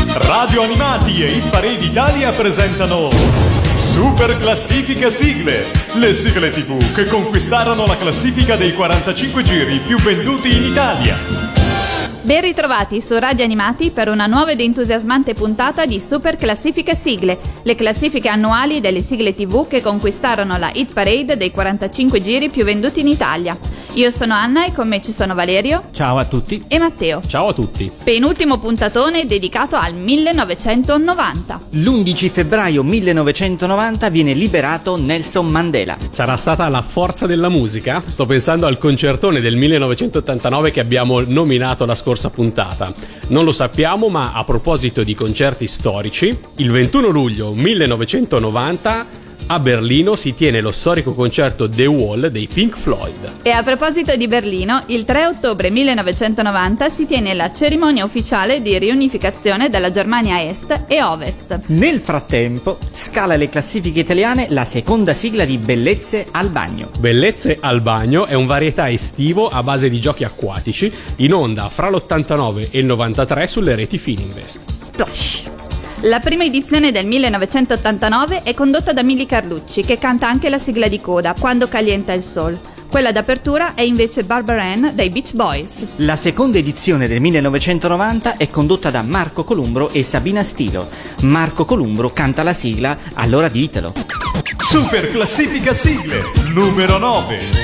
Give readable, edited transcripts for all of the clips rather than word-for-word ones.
Radio Animati e Hit Parade Italia presentano Super Classifica Sigle, le sigle TV che conquistarono la classifica dei 45 giri più venduti in Italia. Ben ritrovati su Radio Animati per una nuova ed entusiasmante puntata di Super Classifica Sigle, le classifiche annuali delle sigle TV che conquistarono la Hit Parade dei 45 giri più venduti in Italia. Io sono Anna e con me ci sono Valerio. Ciao a tutti. E Matteo. Ciao a tutti. Penultimo puntatone dedicato al 1990. L'11 febbraio 1990 viene liberato Nelson Mandela. Sarà stata la forza della musica? Sto pensando al concertone del 1989 che abbiamo nominato la scorsa puntata. Non lo sappiamo, ma a proposito di concerti storici, il 21 luglio 1990 a Berlino si tiene lo storico concerto The Wall dei Pink Floyd. E a proposito di Berlino, il 3 ottobre 1990 si tiene la cerimonia ufficiale di riunificazione della Germania Est e Ovest. Nel frattempo, scala le classifiche italiane la seconda sigla di Bellezze al bagno. Bellezze al bagno è un varietà estivo a base di giochi acquatici, in onda fra l'89 e il 93 sulle reti Fininvest. Splash! La prima edizione del 1989 è condotta da Mili Carlucci, che canta anche la sigla di coda, Quando calienta il sol. Quella d'apertura è invece Barbara Ann dei Beach Boys. La seconda edizione del 1990 è condotta da Marco Columbro e Sabina Stilo. Marco Columbro canta la sigla Allora ditelo. Super Classifica Sigle, numero 9.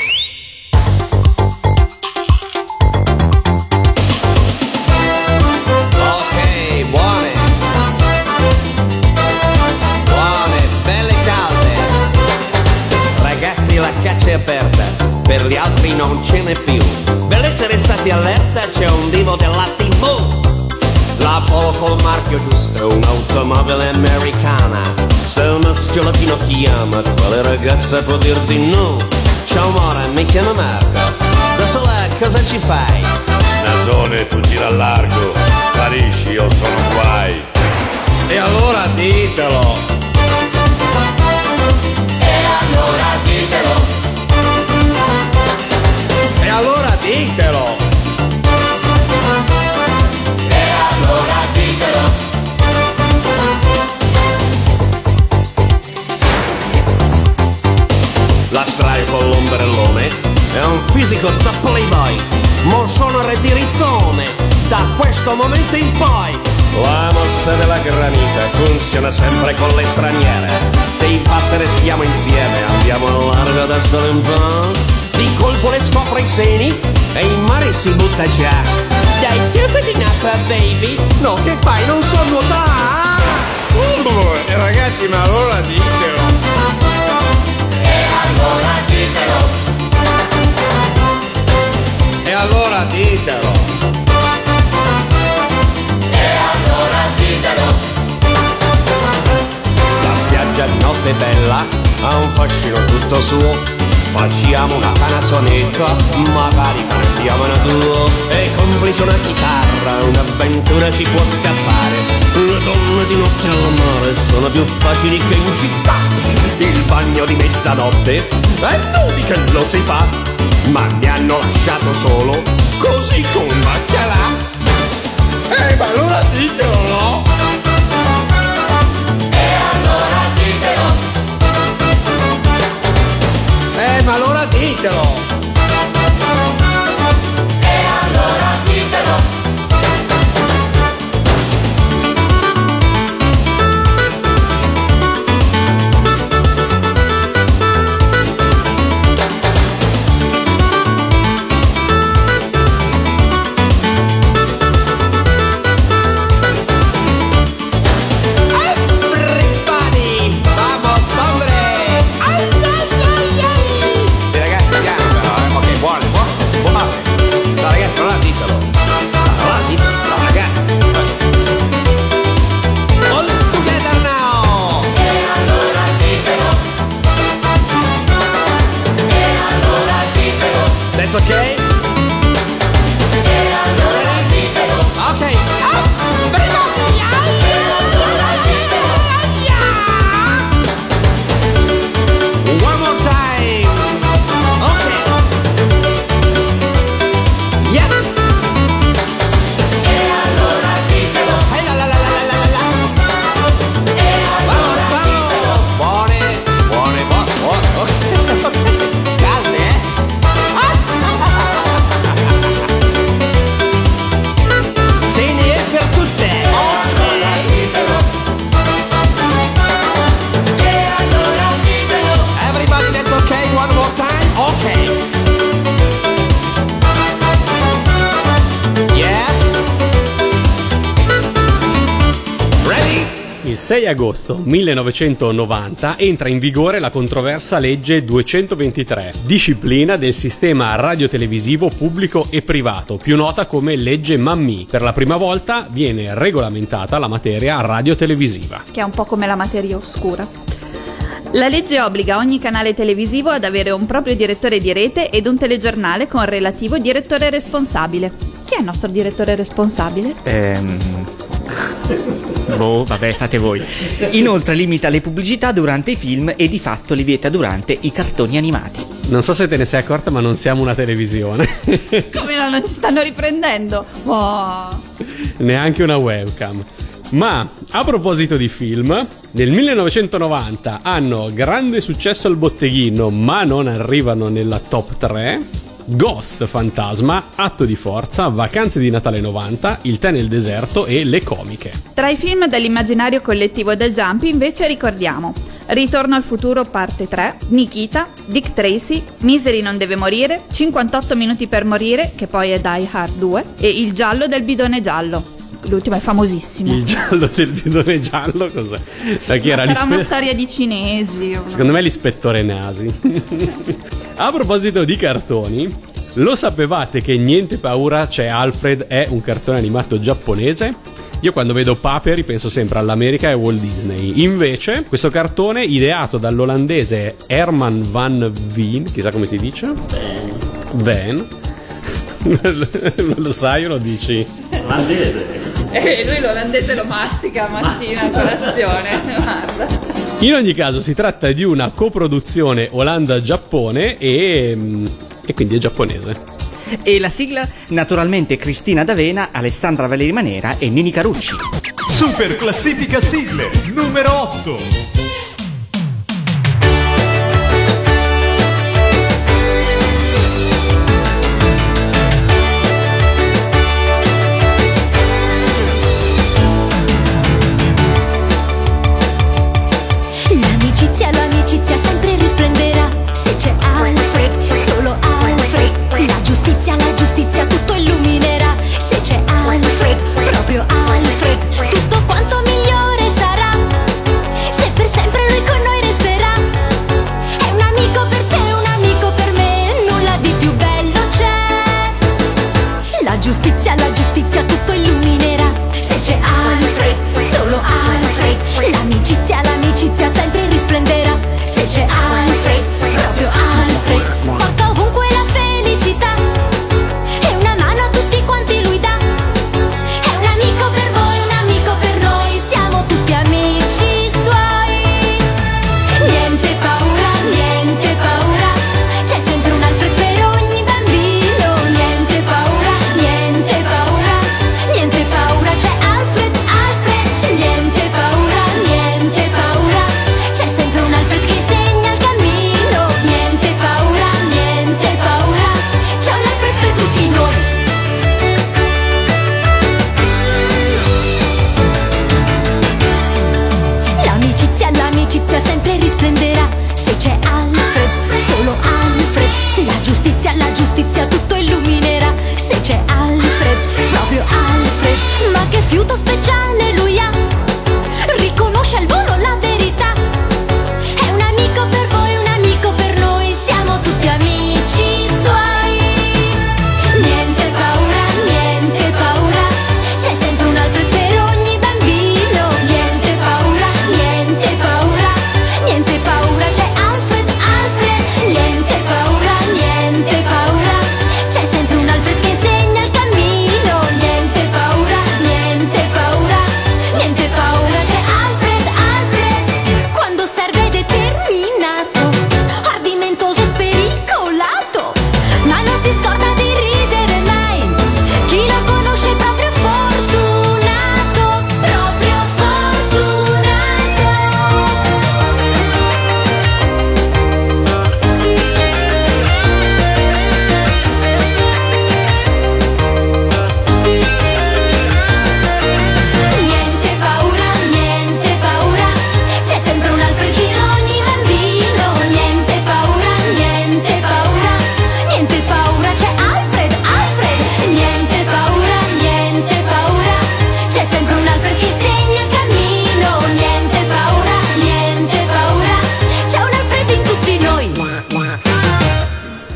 La caccia è aperta, per gli altri non ce n'è più. Bellezza, restate allerta, c'è un divo della TV. La Polo col marchio giusto, un'automobile americana. Se uno sciolotino chiama, quale ragazza può dir di no? Ciao amore, mi chiamo Marco. Da sola cosa ci fai? Nasone, tu gira al largo, sparisci, io sono guai. E allora ditelo. E allora ditelo. E allora ditelo. La straio con l'ombrellone è un fisico da playboy, mo sono redirizzone da questo momento in poi. La mossa della granita funziona sempre con le straniere. Dei passi restiamo insieme, andiamo al largo adesso un po'. Di colpo le scopre i seni e in mare si butta già. Dai, chiamati up, baby. No, che fai? Non so nuotare. Ragazzi, ma allora ditelo. E allora ditelo. E allora ditelo. La spiaggia notte bella ha un fascino tutto suo. Facciamo una canzonetta, magari cantiamo una duo. E complice una chitarra, un'avventura ci può scappare. Le donne di notte al mare sono più facili che in città. Il bagno di mezzanotte è nudi che lo si fa. Ma mi hanno lasciato solo, così con baccalà. Ma allora ditelo, no? E allora ditelo. Ma allora ditelo. E allora ditelo. Il 6 agosto 1990 entra in vigore la controversa legge 223, disciplina del sistema radiotelevisivo pubblico e privato, più nota come legge Mammì. Per la prima volta viene regolamentata la materia radiotelevisiva. Che è un po' come la materia oscura. La legge obbliga ogni canale televisivo ad avere un proprio direttore di rete ed un telegiornale con relativo direttore responsabile. Chi è il nostro direttore responsabile? Vabbè, fate voi. Inoltre limita le pubblicità durante i film e di fatto li vieta durante i cartoni animati. Non so se te ne sei accorta, ma non siamo una televisione. Come no, non ci stanno riprendendo? Oh. Neanche una webcam. Ma a proposito di film, nel 1990 hanno grande successo al botteghino, ma non arrivano nella top 3. Ghost Fantasma, Atto di forza, Vacanze di Natale 90, Il tè nel deserto e Le comiche. Tra i film dell'immaginario collettivo del Jump invece ricordiamo Ritorno al futuro parte 3, Nikita, Dick Tracy, Misery non deve morire, 58 minuti per morire, che poi è Die Hard 2, e Il giallo del bidone giallo. L'ultimo è famosissimo. Il giallo del bidone giallo cos'è? Da chi era Era una storia di cinesi. Secondo me l'ispettore Nasi. A proposito di cartoni, lo sapevate che Niente paura c'è Alfred è un cartone animato giapponese? Io quando vedo Paperi penso sempre all'America e a Walt Disney. Invece, questo cartone, ideato dall'olandese Herman van Veen, chissà come si dice? Van. Lo sai o lo dici? Olandese. Lui l'olandese lo mastica mattina a colazione. Guarda. In ogni caso si tratta di una coproduzione Olanda-Giappone e quindi è giapponese. E la sigla, naturalmente Cristina D'Avena, Alessandra Valeri Manera e Nini Carucci. Super classifica sigle numero 8. L'amicizia sempre risplenderà se c'è Alfred, solo Alfred. La giustizia tutto illuminerà se c'è Alfred, proprio Alfred. Tutto quanto migliore sarà se per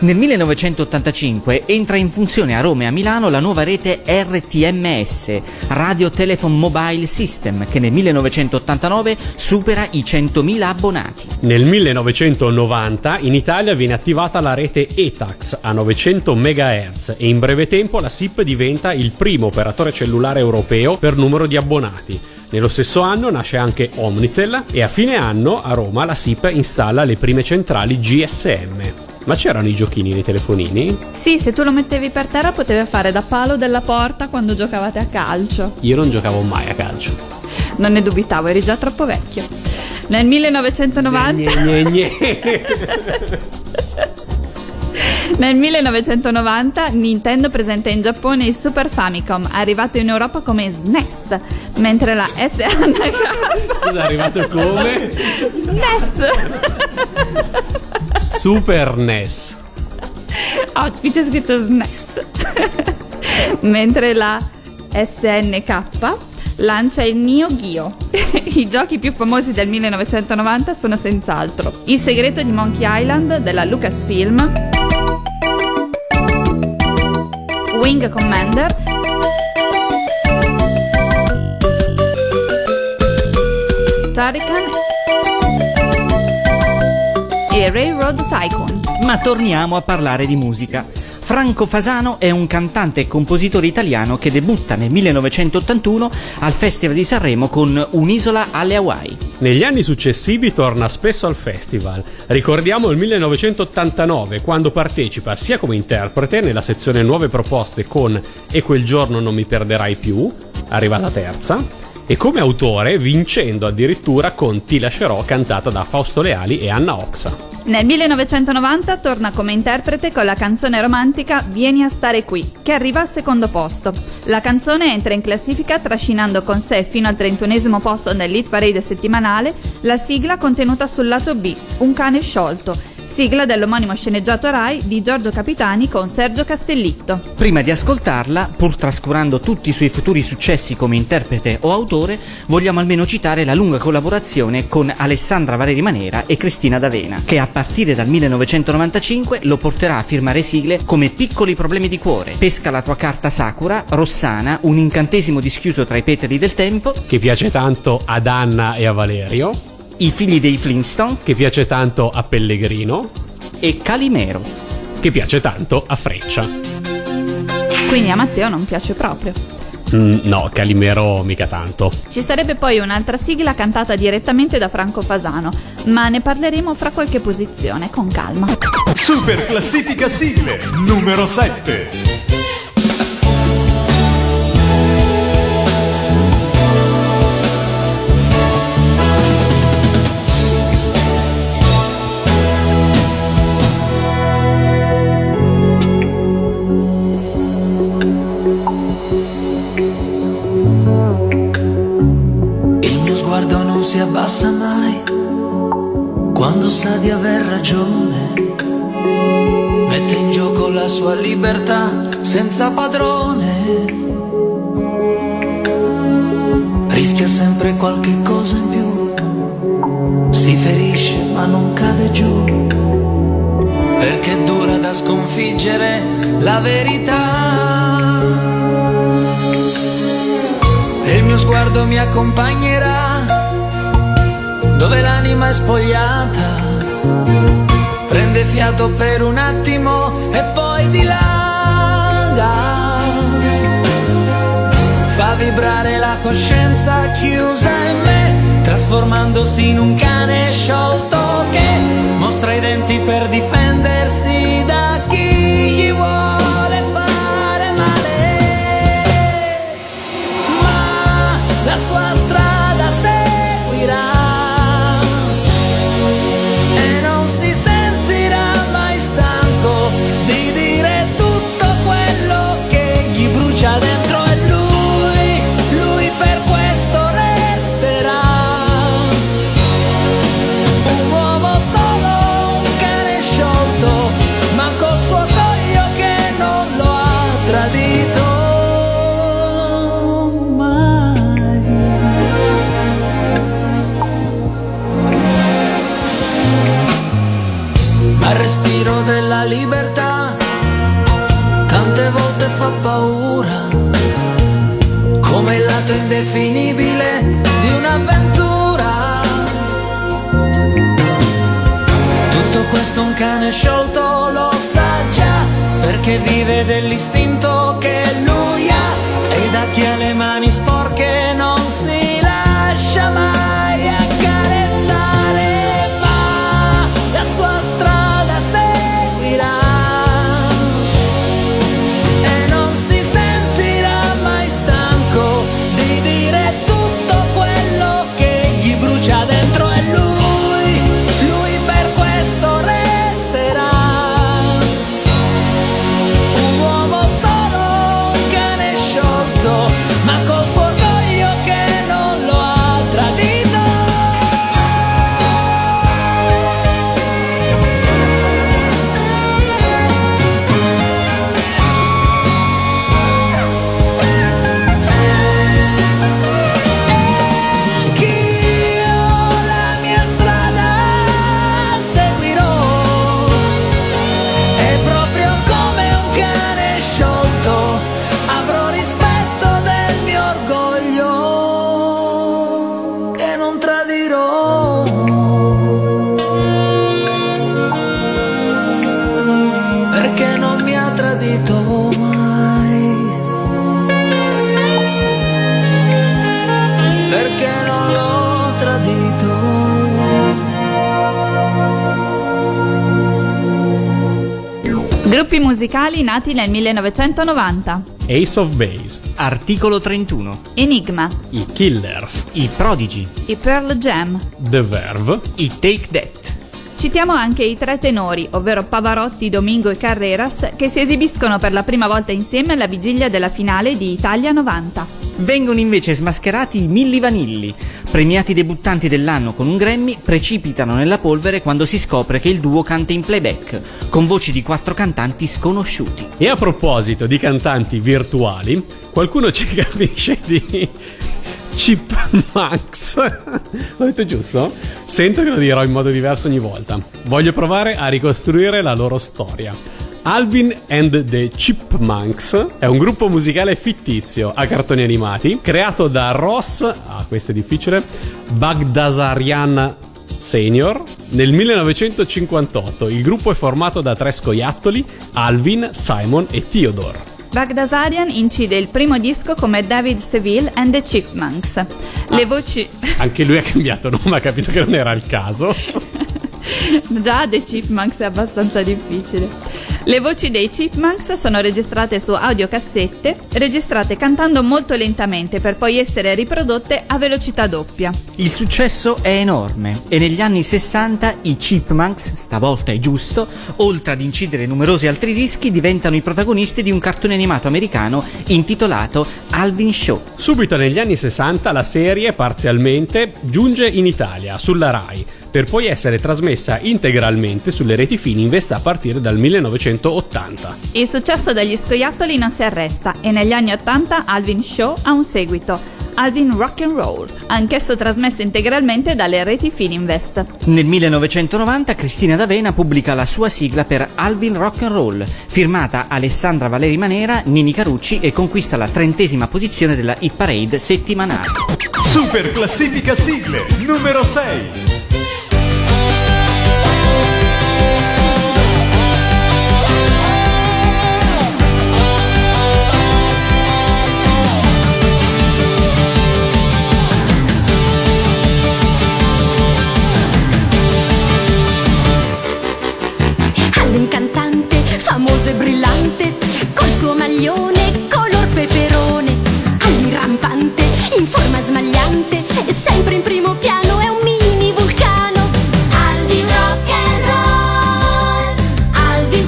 Nel 1985 entra in funzione a Roma e a Milano la nuova rete RTMS, Radio Telephone Mobile System, che nel 1989 supera i 100.000 abbonati. Nel 1990 in Italia viene attivata la rete ETAX a 900 MHz e in breve tempo la SIP diventa il primo operatore cellulare europeo per numero di abbonati. Nello stesso anno nasce anche Omnitel e a fine anno a Roma la SIP installa le prime centrali GSM. Ma c'erano i giochini nei telefonini? Sì, se tu lo mettevi per terra potevi fare da palo della porta quando giocavate a calcio. Io non giocavo mai a calcio. Non ne dubitavo, eri già troppo vecchio. Nel 1990 Nel 1990 Nintendo presenta in Giappone il Super Famicom, arrivato in Europa come SNES, mentre la SNK Scusa, è arrivato come? SNES Super NES. Oh, qui c'è scritto SNES mentre la SNK lancia il Neo Geo. I giochi più famosi del 1990 sono senz'altro Il segreto di Monkey Island della Lucasfilm, Wing Commander, Turrican e Railroad Tycoon. Ma torniamo a parlare di musica. Franco Fasano è un cantante e compositore italiano che debutta nel 1981 al Festival di Sanremo con Un'isola alle Hawaii. Negli anni successivi torna spesso al festival. Ricordiamo il 1989, quando partecipa sia come interprete nella sezione Nuove Proposte con E quel giorno non mi perderai più, arriva alla terza, e come autore vincendo addirittura con Ti lascerò, cantata da Fausto Leali e Anna Oxa. Nel 1990 torna come interprete con la canzone romantica Vieni a stare qui, che arriva al secondo posto. La canzone entra in classifica trascinando con sé fino al 31esimo posto nell'Hit Parade settimanale la sigla contenuta sul lato B, Un cane sciolto, sigla dell'omonimo sceneggiato Rai di Giorgio Capitani con Sergio Castellitto. Prima di ascoltarla, pur trascurando tutti i suoi futuri successi come interprete o autore, vogliamo almeno citare la lunga collaborazione con Alessandra Valeri Manera e Cristina D'Avena, che a partire dal 1995 lo porterà a firmare sigle come Piccoli problemi di cuore, Pesca la tua carta Sakura, Rossana, un incantesimo dischiuso tra i petali del tempo, che piace tanto ad Anna e a Valerio, I figli dei Flintstone, che piace tanto a Pellegrino, e Calimero, che piace tanto a Freccia. Quindi a Matteo non piace proprio. No, Calimero mica tanto. Ci sarebbe poi un'altra sigla cantata direttamente da Franco Fasano, ma ne parleremo fra qualche posizione, con calma. Super classifica sigle numero 7. Si abbassa mai quando sa di aver ragione, mette in gioco la sua libertà senza padrone, rischia sempre qualche cosa in più, si ferisce ma non cade giù, perché è dura da sconfiggere la verità. E il mio sguardo mi accompagnerà dove l'anima è spogliata, prende fiato per un attimo e poi dilaga, fa vibrare la coscienza chiusa in me, trasformandosi in un cane sciolto che mostra i denti per difendersi da chi gli vuole fare male, ma la sua strada seguirà. Dentro e lui per questo resterà un uomo solo, un cane sciolto, ma col suo orgoglio che non lo ha tradito mai. fiato indefinibile di un'avventura. Tutto questo un cane sciolto lo sa già, perché vive dell'istinto che lui ha, e da chi ha le mani sporche non si lascia mai accarezzare, ma la sua strada seguirà e non si sentirà mai stanco di dire tutto quello che gli brucia dentro, e lui per questo resterà un uomo solo, un cane sciolto, ma col suo orgoglio che non lo ha tradito. Anch'io la mia strada seguirò, e proprio come un cane sciolto avrò rispetto del mio orgoglio che non tradirò, perché non mi ha tradito mai, perché non l'ho tradito. Gruppi musicali nati nel 1990. Ace of Base, Articolo 31. Enigma, i Killers, I Prodigy. i Pearl Jam. The Verve, I Take That. Citiamo anche i tre tenori, ovvero Pavarotti, Domingo e Carreras, che si esibiscono per la prima volta insieme alla vigilia della finale di Italia 90. Vengono invece smascherati i Milli Vanilli. Premiati debuttanti dell'anno con un Grammy, precipitano nella polvere quando si scopre che il duo canta in playback, con voci di 4 cantanti sconosciuti. E a proposito di cantanti virtuali, qualcuno ci capisce di Chipmunks? L'ho detto giusto? Sento che lo dirò in modo diverso ogni volta. Voglio provare a ricostruire la loro storia. Alvin and the Chipmunks è un gruppo musicale fittizio a cartoni animati creato da Ross, questo è difficile, Bagdasarian Senior nel 1958. Il gruppo è formato da 3 scoiattoli, Alvin, Simon e Theodore. Bagdasarian incide il primo disco come David Seville and the Chipmunks. Le voci... Anche lui ha cambiato nome, ha capito che non era il caso. Già The Chipmunks è abbastanza difficile. Le voci dei Chipmunks sono registrate su audiocassette, registrate cantando molto lentamente per poi essere riprodotte a velocità doppia. Il successo è enorme e negli anni 60 i Chipmunks, stavolta è giusto, oltre ad incidere numerosi altri dischi, diventano i protagonisti di un cartone animato americano intitolato Alvin Show. Subito negli anni 60 la serie parzialmente giunge in Italia, sulla Rai, per poi essere trasmessa integralmente sulle reti Fininvest a partire dal 1980. Il successo degli scoiattoli non si arresta e negli anni 80 Alvin Show ha un seguito, Alvin Rock and Roll, anch'esso trasmesso integralmente dalle reti Fininvest. Nel 1990 Cristina D'Avena pubblica la sua sigla per Alvin Rock and Roll, firmata Alessandra Valeri Manera, Nini Carucci, e conquista la 30ª posizione della Hit Parade settimanale. Super classifica sigle numero 6. Un cantante famoso e brillante, col suo maglione color peperone, Alvin rampante, in forma smagliante, sempre in primo piano, è un mini vulcano. Alvin rock and roll, Alvin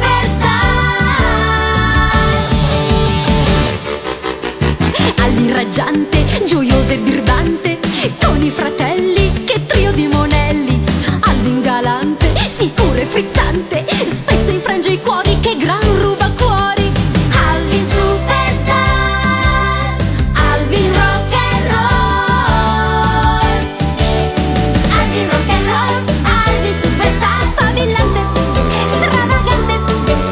superstar, Alvin raggiante, gioioso e birbante, con i fratelli, che trio di monelli. Alvin galante, sicuro e frizzante, spesso infrange i cuori, che gran rubacuori. Alvin superstar, Alvin rock and roll, Alvin rock and roll, Alvin superstar, sfavillante, stravagante.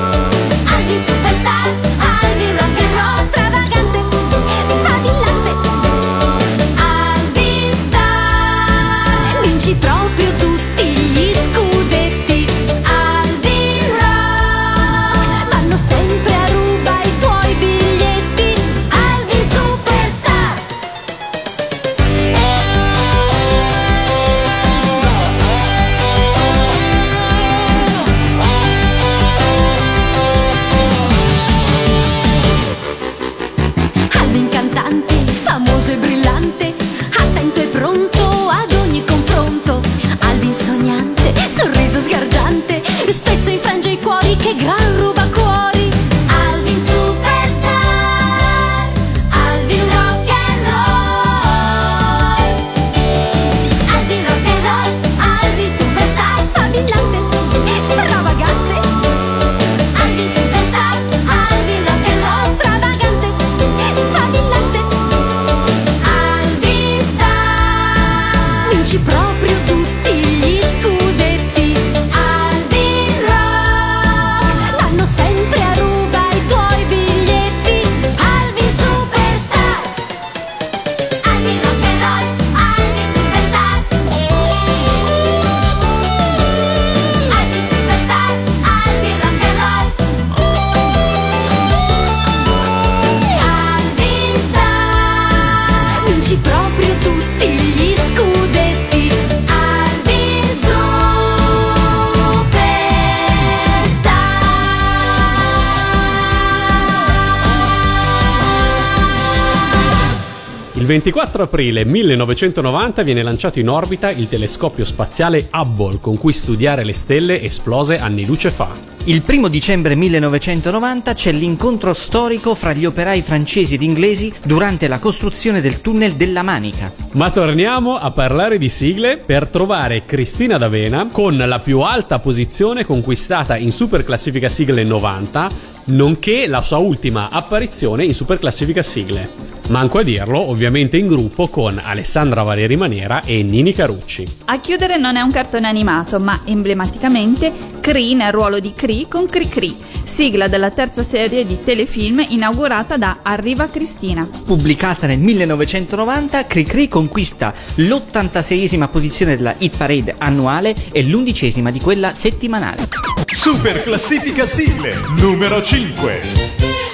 Alvin superstar, Alvin rock and roll, stravagante, sfavillante. Il 24 aprile 1990 viene lanciato in orbita il telescopio spaziale Hubble, con cui studiare le stelle esplose anni luce fa. Il 1 dicembre 1990 c'è l'incontro storico fra gli operai francesi ed inglesi durante la costruzione del tunnel della Manica. Ma torniamo a parlare di sigle per trovare Cristina D'Avena con la più alta posizione conquistata in Super Classifica Sigle 90, nonché la sua ultima apparizione in Super Classifica Sigle. Manco a dirlo, ovviamente in gruppo con Alessandra Valeri Manera e Nini Carucci. A chiudere non è un cartone animato, ma emblematicamente Cree nel ruolo di Cree con Cri Cri, sigla della terza serie di telefilm inaugurata da Arriva Cristina. Pubblicata nel 1990, Cri Cri conquista l'86esima posizione della hit parade annuale e l'11esima di quella settimanale. Super Classifica Sigle numero 5.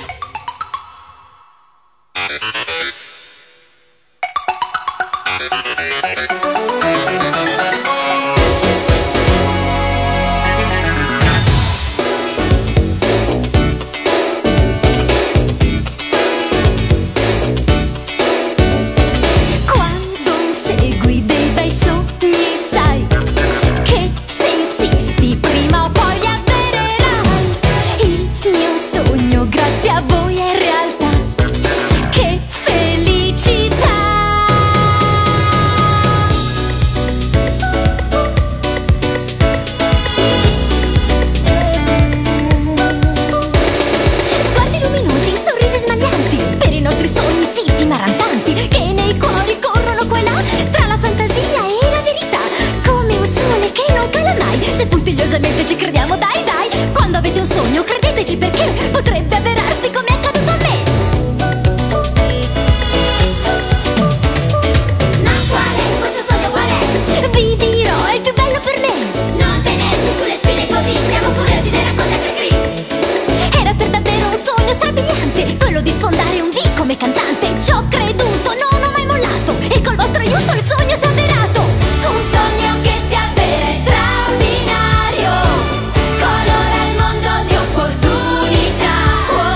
Ci crediamo, dai dai. Quando avete un sogno credeteci, perché potrebbe avverarsi come è accaduto a me. Ma qual è questo sogno, qual è? Vi dirò, è il più bello per me. Non tenerci sulle spine così, siamo curiosi di raccontare Cri. Era per davvero un sogno strabiliante, quello di sfondare un D come cantante. Ci ho creduto, non ho mai mollato, e col vostro aiuto il sogno si è avverato. Un sogno che si avvera è straordinario, colora il mondo di opportunità.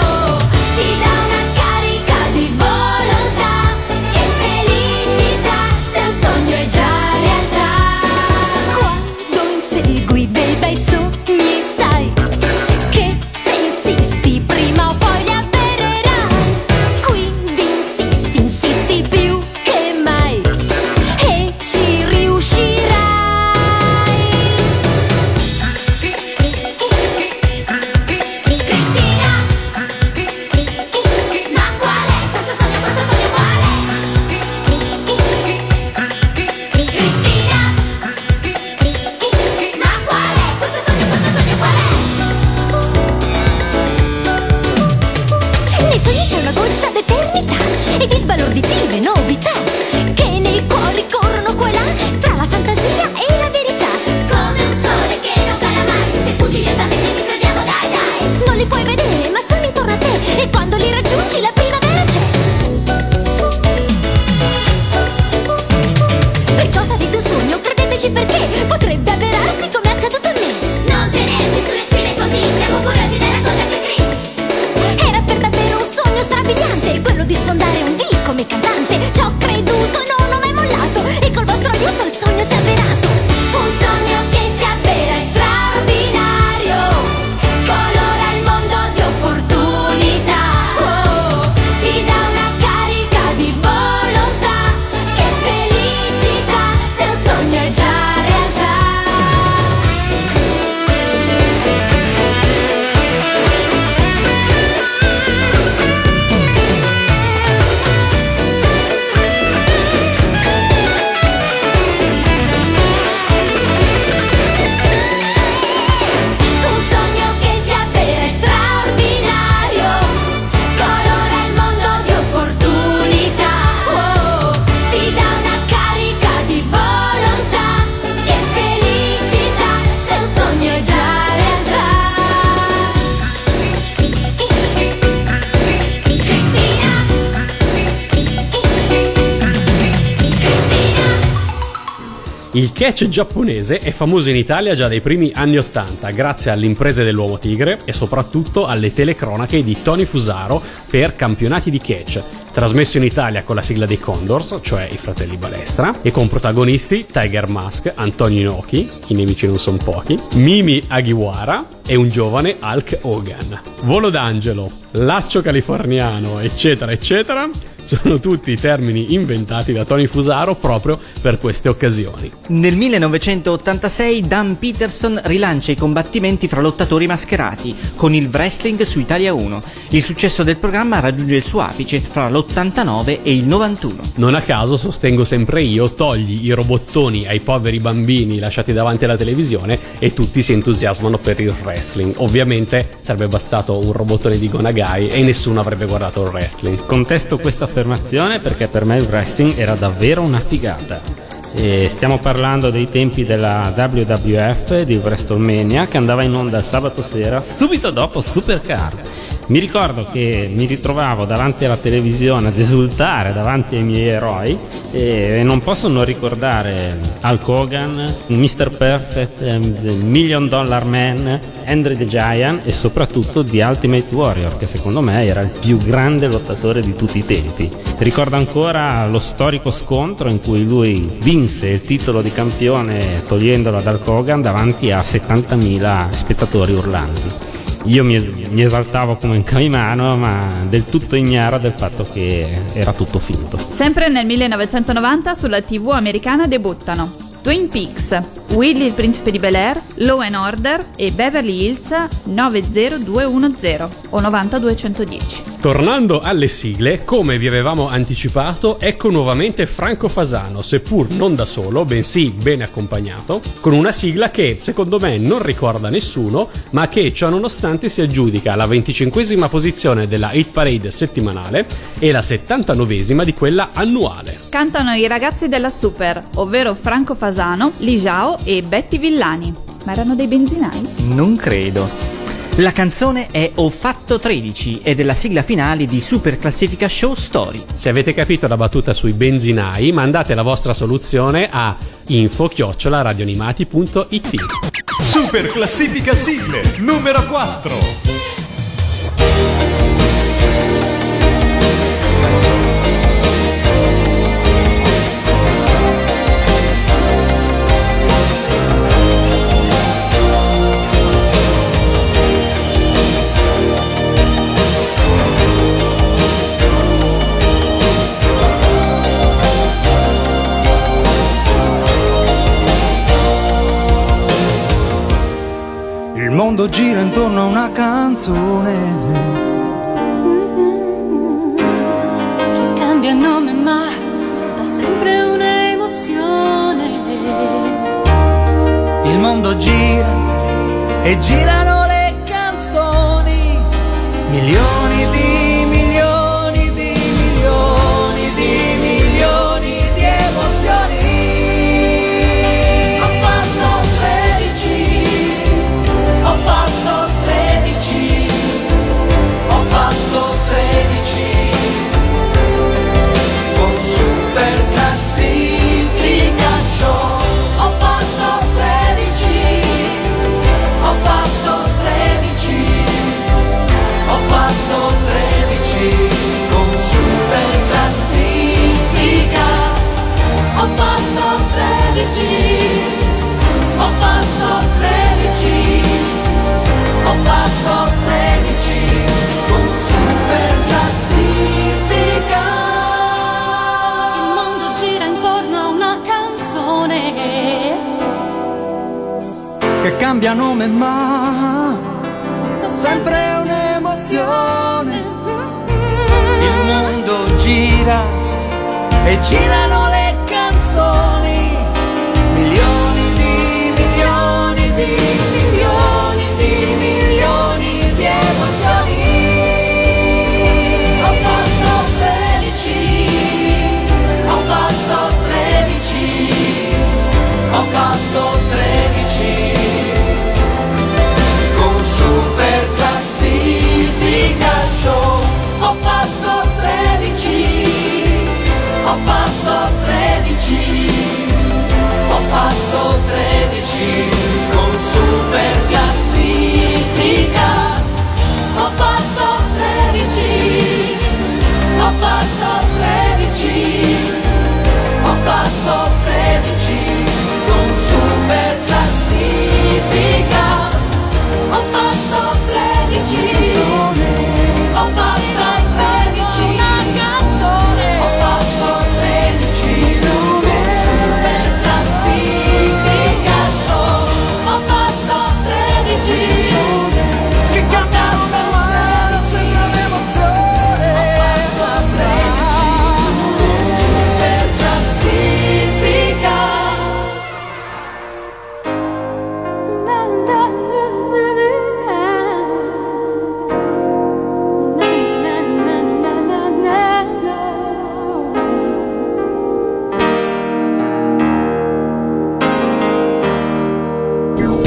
Il catch giapponese è famoso in Italia già dai primi anni '80 grazie alle imprese dell'Uomo Tigre e soprattutto alle telecronache di Tony Fusaro per campionati di catch, trasmesso in Italia con la sigla dei Condors, cioè i fratelli Balestra, e con protagonisti Tiger Mask, Antonio Inoki, i nemici non sono pochi, Mimi Agiwara e un giovane Hulk Hogan. Volo d'angelo, laccio californiano, eccetera eccetera, sono tutti termini inventati da Tony Fusaro proprio per queste occasioni. Nel 1986 Dan Peterson rilancia i combattimenti fra lottatori mascherati con il wrestling su Italia 1. Il successo del programma raggiunge il suo apice fra l'89 e il 91. Non a caso, sostengo sempre io, togli i robottoni ai poveri bambini lasciati davanti alla televisione e tutti si entusiasmano per il wrestling. Ovviamente sarebbe bastato un robottone di Go Nagai e nessuno avrebbe guardato il wrestling. Contesto questa affermazione perché per me il wrestling era davvero una figata. E stiamo parlando dei tempi della WWF, di WrestleMania, che andava in onda il sabato sera subito dopo Supercard. Mi ricordo che mi ritrovavo davanti alla televisione ad esultare davanti ai miei eroi e non posso non ricordare Hulk Hogan, Mr. Perfect, The $1 Million Man, Andre the Giant e soprattutto The Ultimate Warrior, che secondo me era il più grande lottatore di tutti i tempi. Ricordo ancora lo storico scontro in cui lui vinse il titolo di campione togliendolo ad Hulk Hogan davanti a 70.000 spettatori urlanti. Io mi esaltavo come un caimano, ma del tutto ignaro del fatto che era tutto finto. Sempre nel 1990 sulla TV americana debuttano Twin Peaks, Willy il principe di Bel-Air, Law and Order e Beverly Hills 90210 o 90210. Tornando alle sigle, come vi avevamo anticipato, ecco nuovamente Franco Fasano, seppur non da solo, bensì ben accompagnato, con una sigla che secondo me non ricorda nessuno, ma che ciò nonostante si aggiudica la 25esima posizione della Hit Parade settimanale e la 79esima di quella annuale. Cantano i ragazzi della Super, ovvero Franco Fasano, Li Jiao e Betty Villani. Ma erano dei benzinai? Non credo. La canzone è Ho fatto 13 ed è la sigla finale di Super Classifica Show Story. Se avete capito la battuta sui benzinai, mandate la vostra soluzione a info@radioanimati.it. Super Classifica Sigle numero 4. Il mondo gira intorno a una canzone che cambia nome ma dà sempre un'emozione. Il mondo gira e girano le canzoni, milioni di milioni di milioni di milioni di emozioni. Ho fatto 13, ho fatto 13, ho fatto 13, con Super Classifica Show. Ho fatto 13, ho fatto 13, ho fatto 13, con Super Classifica. Ho fatto 13, ho fatto 13, ho fatto 13, con Super Classifica. Il mondo gira intorno a una canzone che cambia nome ma dà sempre un'emozione. Il mondo gira e girano le canzoni, milioni di milioni di milioni di milioni di emozioni. Ho fatto 13, ho fatto 13, ho fatto 13, con Super Classifica Show. Ho fatto 13, ho fatto 13,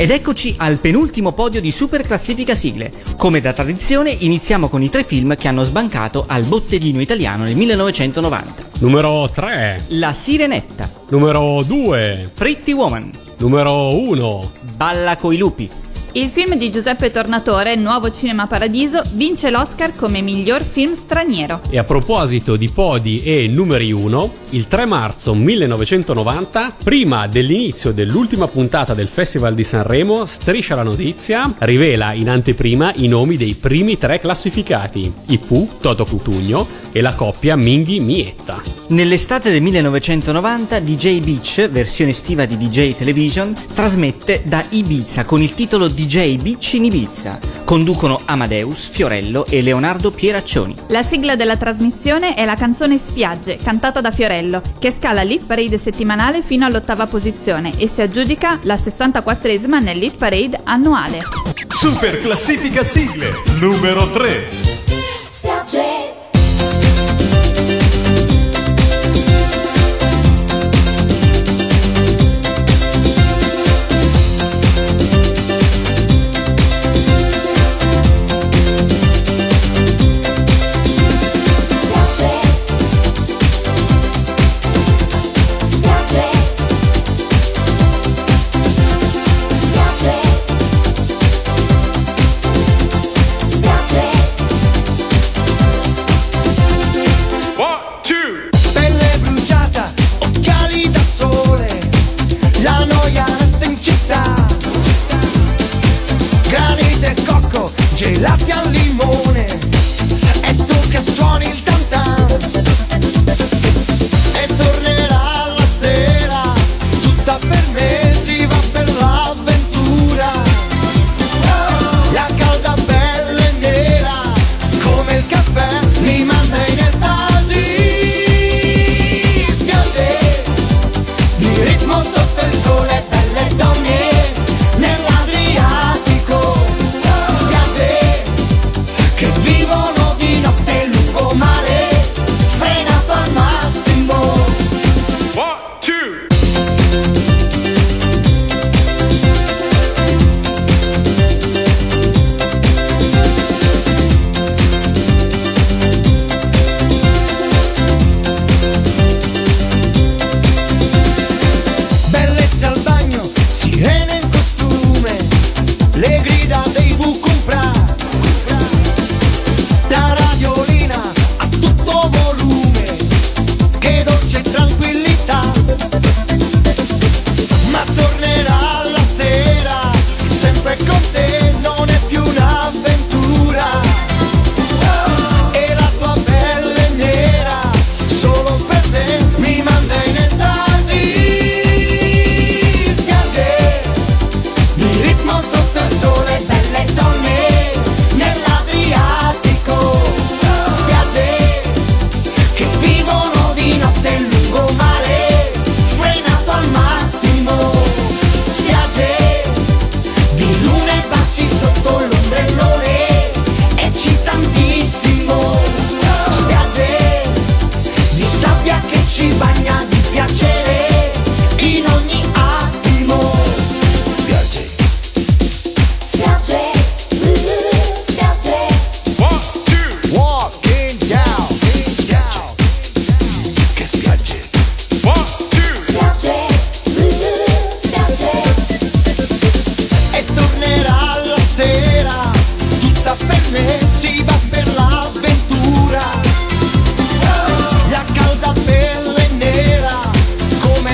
Ed eccoci al penultimo podio di Super Classifica Sigle. Come da tradizione iniziamo con i 3 film che hanno sbancato al botteghino italiano nel 1990. Numero 3. La Sirenetta. Numero 2. Pretty Woman. Numero 1. Balla coi lupi. Il film di Giuseppe Tornatore, Nuovo Cinema Paradiso, vince l'Oscar come miglior film straniero. E a proposito di podi e numeri 1, il 3 marzo 1990, prima dell'inizio dell'ultima puntata del Festival di Sanremo, Striscia la Notizia rivela in anteprima i nomi dei primi 3 classificati, i Pooh, Toto Cutugno e la coppia Minghi-Mietta. Nell'estate del 1990 DJ Beach, versione estiva di DJ Television, trasmette da Ibiza con il titolo DJ Beach in Ibiza. Conducono Amadeus, Fiorello e Leonardo Pieraccioni. La sigla della trasmissione è la canzone Spiagge, cantata da Fiorello, che scala l'Hit Parade settimanale fino all'8ª posizione e si aggiudica la 64esima nell'Hit Parade annuale. Super Classifica Sigle, numero 3. Spiagge. Gelati al limone e tu che suoni il tam-tam e tornerà la sera tutta per me, si va per l'avventura, la calda bella e nera come il caffè mi manda in estasi, spiagge di ritmo sotto il sole, belle donne nell'Adriatico, che vivono di notte lungo mare, sfrenato al massimo. 1, 2. Bellezze al bagno, sirene in costume, le grida dei bucumprà, la radiolina a tutto volume, che dolce tranquillità, ma tornerà la sera, sempre con te non è più un'avventura, e la tua pelle nera, solo per te mi manda in estasi, spiagge di ritmo sotto il sole, belle donne nell'Adriatico, spiagge che vivono di notte lungo mare, sfrenato al massimo, spiagge di luna e baci sotto l'ombrellone, eccitantissimo, spiagge di sabbia che ci bagna di piacere in ogni attimo, spiagge, spiagge, spiagge. 1, 2. Walking down, che spiagge, 1, 2. Spiagge. Spiagge. e tornerà la sera, tutta per me, si va per l'avventura, la calda pelle nera come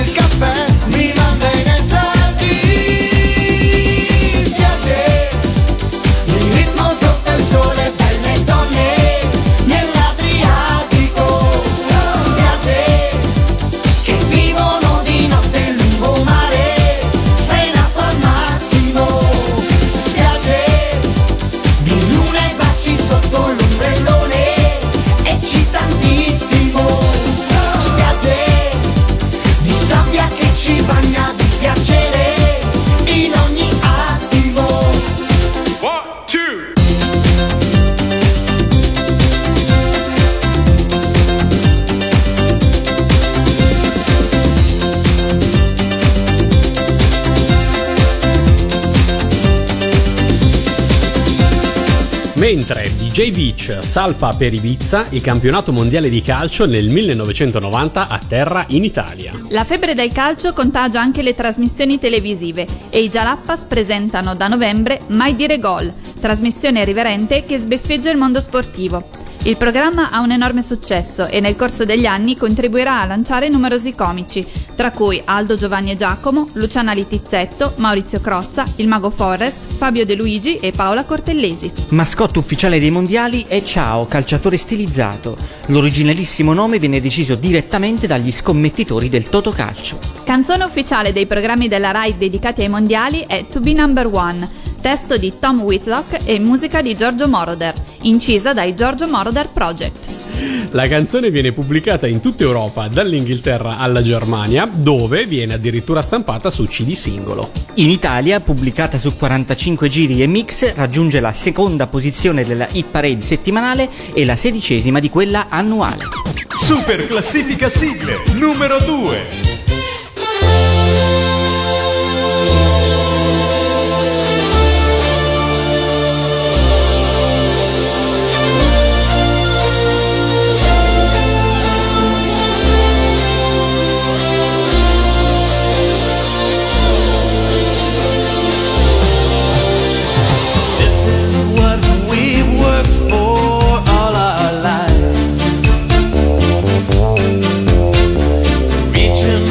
Mentre DJ Beach salpa per Ibiza il campionato mondiale di calcio nel 1990 atterra in Italia. La febbre del calcio contagia anche le trasmissioni televisive e i Jalapas presentano da novembre Mai dire gol, trasmissione irriverente che sbeffeggia il mondo sportivo. Il programma ha un enorme successo e nel corso degli anni contribuirà a lanciare numerosi comici, tra cui Aldo, Giovanni e Giacomo, Luciana Littizzetto, Maurizio Crozza, il Mago Forrest, Fabio De Luigi e Paola Cortellesi. Mascotte ufficiale dei mondiali è Ciao, calciatore stilizzato. L'originalissimo nome viene deciso direttamente dagli scommettitori del Totocalcio. Canzone ufficiale dei programmi della Rai dedicati ai mondiali è To Be Number One, testo di Tom Whitlock e musica di Giorgio Moroder, incisa dai Giorgio Moroder Project. La canzone viene pubblicata in tutta Europa, dall'Inghilterra alla Germania, dove viene addirittura stampata su CD singolo. In Italia, pubblicata su 45 giri e mix, raggiunge la seconda posizione della Hit Parade settimanale e la 16ª di quella annuale. Super classifica sigle numero 2. Reaching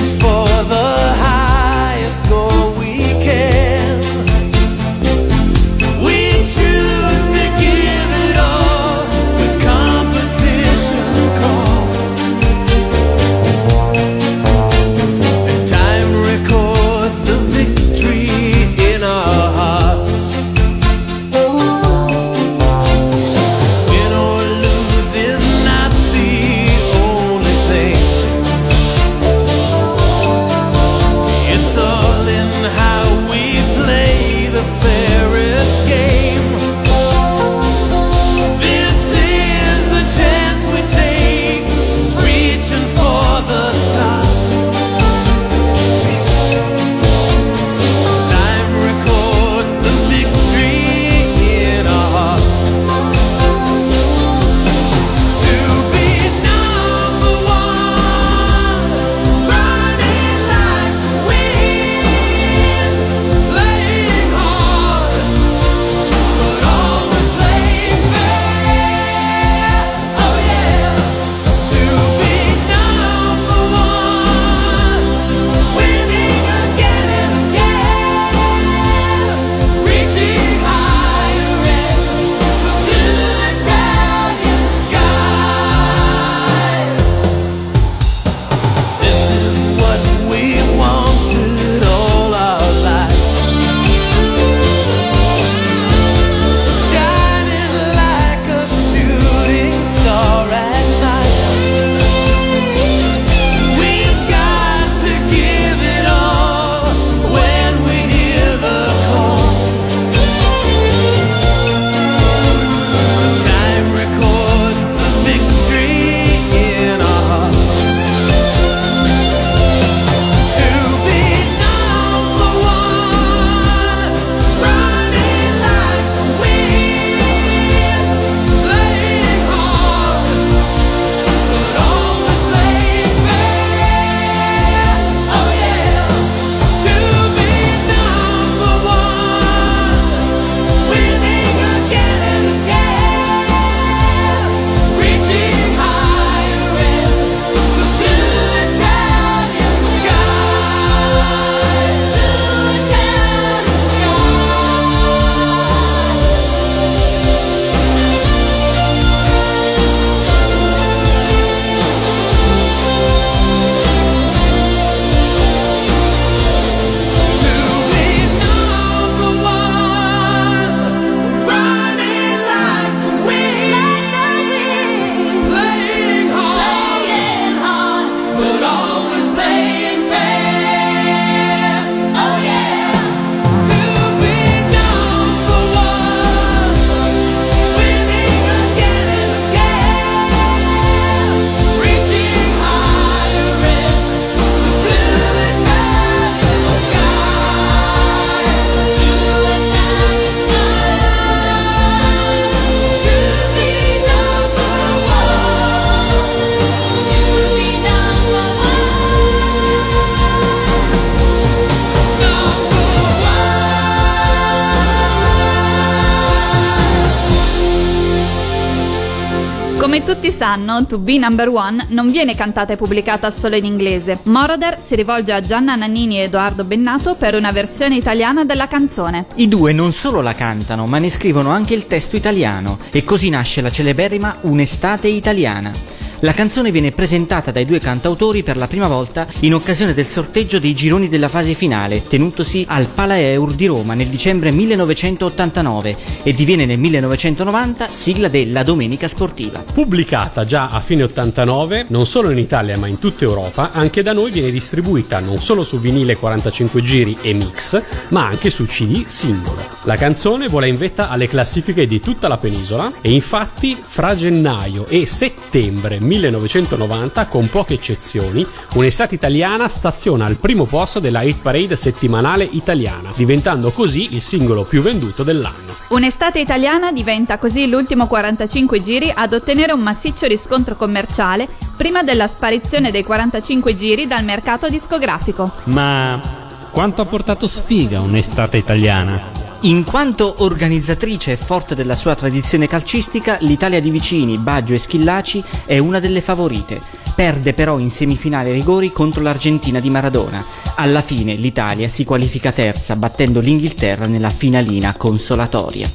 sanno, To Be Number One non viene cantata e pubblicata solo in inglese. Moroder si rivolge a Gianna Nannini e Edoardo Bennato per una versione italiana della canzone. I due non solo la cantano, ma ne scrivono anche il testo italiano, e così nasce la celeberrima Un'estate italiana. La canzone viene presentata dai due cantautori per la prima volta in occasione del sorteggio dei gironi della fase finale, tenutosi al Palaeur di Roma nel dicembre 1989, e diviene nel 1990 sigla della Domenica Sportiva. Pubblicata già a fine 89, non solo in Italia ma in tutta Europa, anche da noi viene distribuita non solo su vinile 45 giri e mix, ma anche su CD singolo. La canzone vola in vetta alle classifiche di tutta la penisola, e infatti fra gennaio e settembre 1990, con poche eccezioni, Un'estate italiana staziona al primo posto della hit parade settimanale italiana, diventando così il singolo più venduto dell'anno. Un'estate italiana diventa così l'ultimo 45 giri ad ottenere un massiccio riscontro commerciale prima della sparizione dei 45 giri dal mercato discografico. Ma quanto ha portato sfiga Un'estate italiana? In quanto organizzatrice e forte della sua tradizione calcistica, l'Italia di Vicini, Baggio e Schillaci è una delle favorite. Perde però in semifinale ai rigori contro l'Argentina di Maradona. Alla fine l'Italia si qualifica terza, battendo l'Inghilterra nella finalina consolatoria.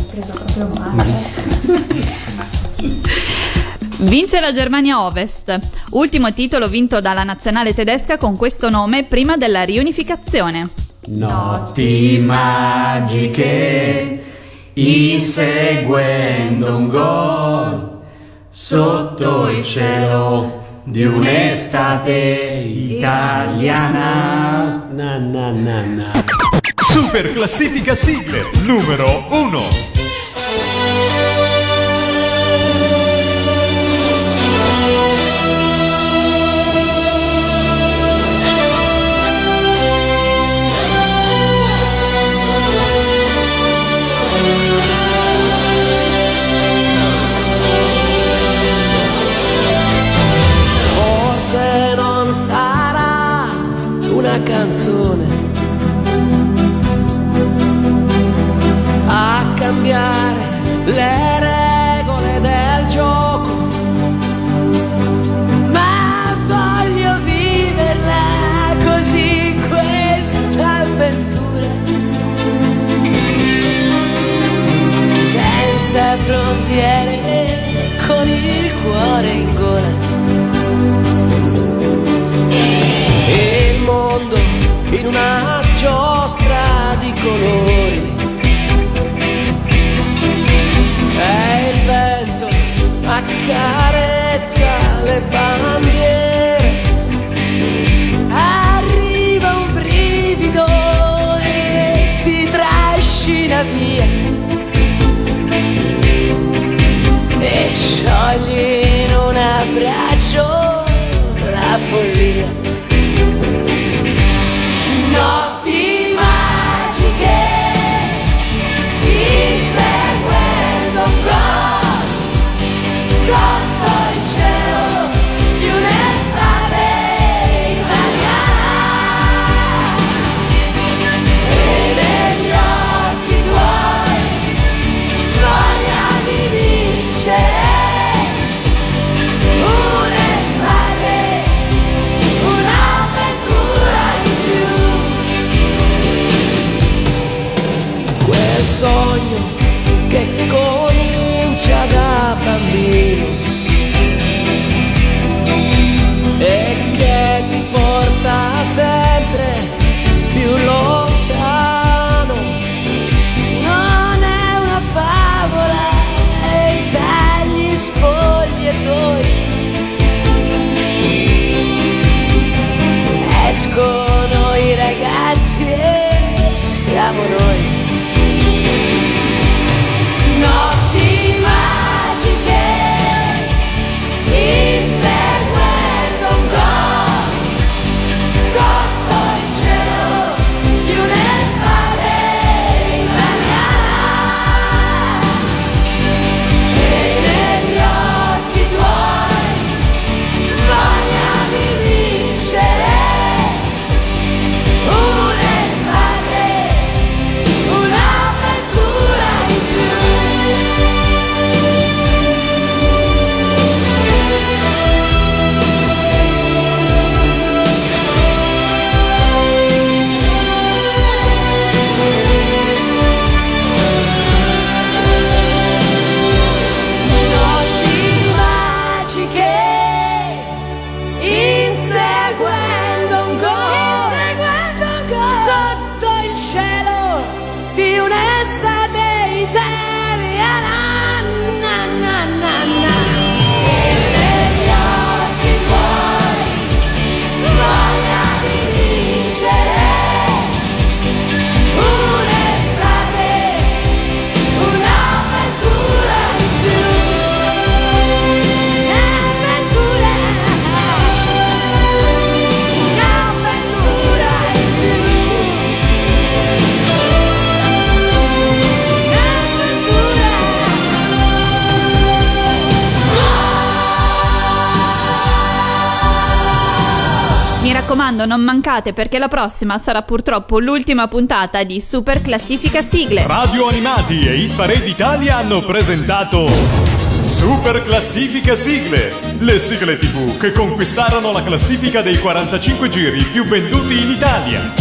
Malissima. Vince la Germania Ovest, ultimo titolo vinto dalla nazionale tedesca con questo nome prima della riunificazione. Notti magiche, inseguendo un gol, sotto il cielo di un'estate italiana. Na na na na. Super classifica sigle numero 1. Forse non sarà una canzone a cambiare le regole del gioco, Ma voglio viverla così questa avventura, senza frontiere, con il cuore in gola. e il mondo in una giostra di colori, e il vento accarezza le bandiere. Arriva un brivido e ti trascina via, e sciogli in un abbraccio la follia. Notti magiche, inseguendo un gol, sotto il cielo di un'estate italiana, e negli occhi tuoi voglia di vincere. Un'estate, un'avventura in più. Quel sogno che comincia da bambino e che ti porta sempre più lontano. Non è una favola e dagli spogliatoi escono i ragazzi e siamo noi. Notti magiche, inseguendo un gol, sotto il cielo di un'estate italiana, e negli occhi tuoi voglia di vincere. Un'estate, raccomando, non mancate perché la prossima sarà purtroppo l'ultima puntata di Super Classifica Sigle. Radio Animati e Hit Parade Italia hanno presentato Super Classifica Sigle, le sigle TV che conquistarono la classifica dei 45 giri più venduti in Italia.